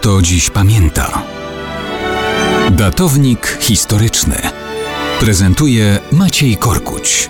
Kto dziś pamięta? Datownik historyczny prezentuje Maciej Korkuć.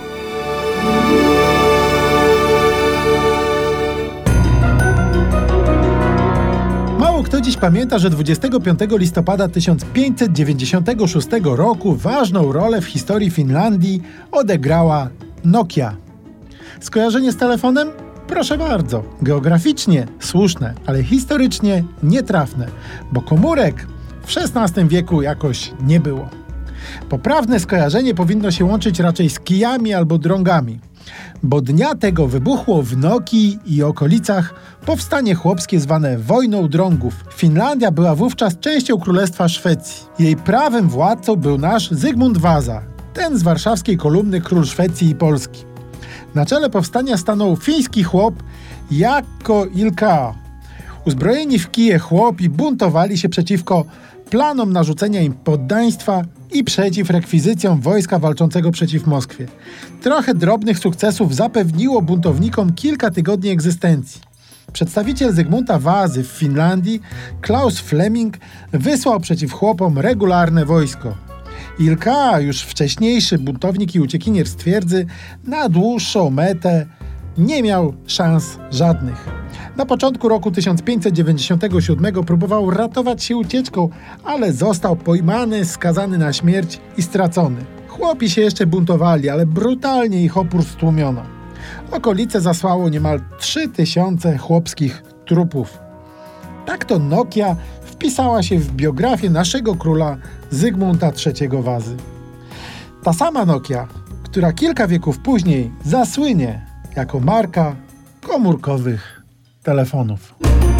Mało kto dziś pamięta, że 25 listopada 1596 roku ważną rolę w historii Finlandii odegrała Nokia. Skojarzenie z telefonem? Proszę bardzo. Geograficznie słuszne, ale historycznie nietrafne, bo komórek w XVI wieku jakoś nie było. Poprawne skojarzenie powinno się łączyć raczej z kijami albo drągami, bo dnia tego wybuchło w Nokii i okolicach powstanie chłopskie zwane Wojną Drągów. Finlandia była wówczas częścią Królestwa Szwecji. Jej prawym władcą był nasz Zygmunt Wasa, ten z warszawskiej kolumny Król Szwecji i Polski. Na czele powstania stanął fiński chłop Jaakko Ilkka. Uzbrojeni w kije chłopi buntowali się przeciwko planom narzucenia im poddaństwa i przeciw rekwizycjom wojska walczącego przeciw Moskwie. Trochę drobnych sukcesów zapewniło buntownikom kilka tygodni egzystencji. Przedstawiciel Zygmunta Wasy w Finlandii, Klaus Fleming, wysłał przeciw chłopom regularne wojsko. Ilkka, już wcześniejszy buntownik i uciekinier z twierdzy, na dłuższą metę nie miał szans żadnych. Na początku roku 1597 próbował ratować się ucieczką, ale został pojmany, skazany na śmierć i stracony. Chłopi się jeszcze buntowali, ale brutalnie ich opór stłumiono. Okolice zasłało niemal 3000 chłopskich trupów. Tak to Nokia wpisała się w biografię naszego króla Zygmunta III Wasy. Ta sama Nokia, która kilka wieków później zasłynie jako marka komórkowych telefonów.